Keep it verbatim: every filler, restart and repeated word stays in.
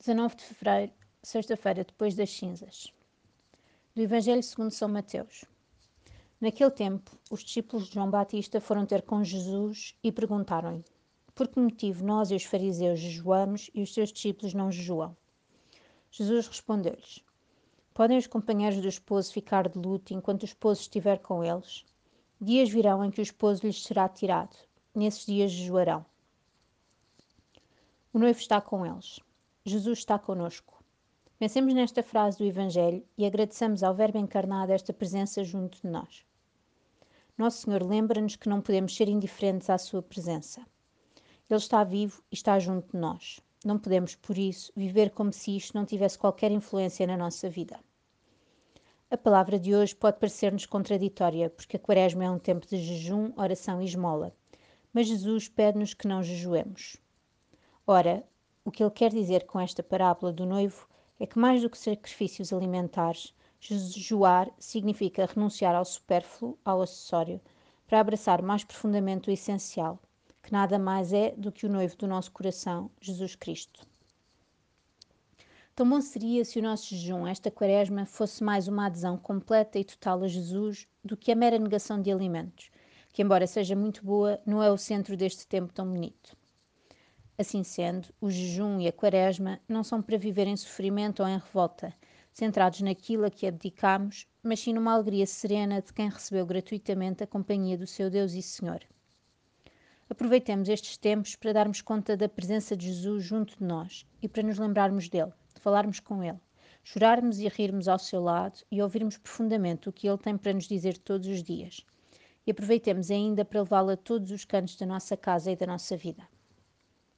dezanove de fevereiro, sexta-feira, depois das cinzas. Do Evangelho segundo São Mateus. Naquele tempo, os discípulos de João Batista foram ter com Jesus e perguntaram-lhe: por que motivo nós e os fariseus jejuamos e os teus discípulos não jejuam? Jesus respondeu-lhes: podem os companheiros do esposo ficar de luto enquanto o esposo estiver com eles? Dias virão em que o esposo lhes será tirado. Nesses dias jejuarão. O noivo está com eles. Jesus está conosco. Pensemos nesta frase do Evangelho e agradeçamos ao Verbo encarnado esta presença junto de nós. Nosso Senhor lembra-nos que não podemos ser indiferentes à sua presença. Ele está vivo e está junto de nós. Não podemos, por isso, viver como se isto não tivesse qualquer influência na nossa vida. A palavra de hoje pode parecer-nos contraditória, porque a Quaresma é um tempo de jejum, oração e esmola. Mas Jesus pede-nos que não jejuemos. Ora, o que ele quer dizer com esta parábola do noivo é que mais do que sacrifícios alimentares, jejuar significa renunciar ao supérfluo, ao acessório, para abraçar mais profundamente o essencial, que nada mais é do que o noivo do nosso coração, Jesus Cristo. Tão bom seria se o nosso jejum, esta Quaresma, fosse mais uma adesão completa e total a Jesus do que a mera negação de alimentos, que, embora seja muito boa, não é o centro deste tempo tão bonito. Assim sendo, o jejum e a Quaresma não são para viver em sofrimento ou em revolta, centrados naquilo a que abdicamos, mas sim numa alegria serena de quem recebeu gratuitamente a companhia do seu Deus e Senhor. Aproveitemos estes tempos para darmos conta da presença de Jesus junto de nós e para nos lembrarmos dele, de falarmos com ele, chorarmos e rirmos ao seu lado e ouvirmos profundamente o que ele tem para nos dizer todos os dias. E aproveitemos ainda para levá-lo a todos os cantos da nossa casa e da nossa vida.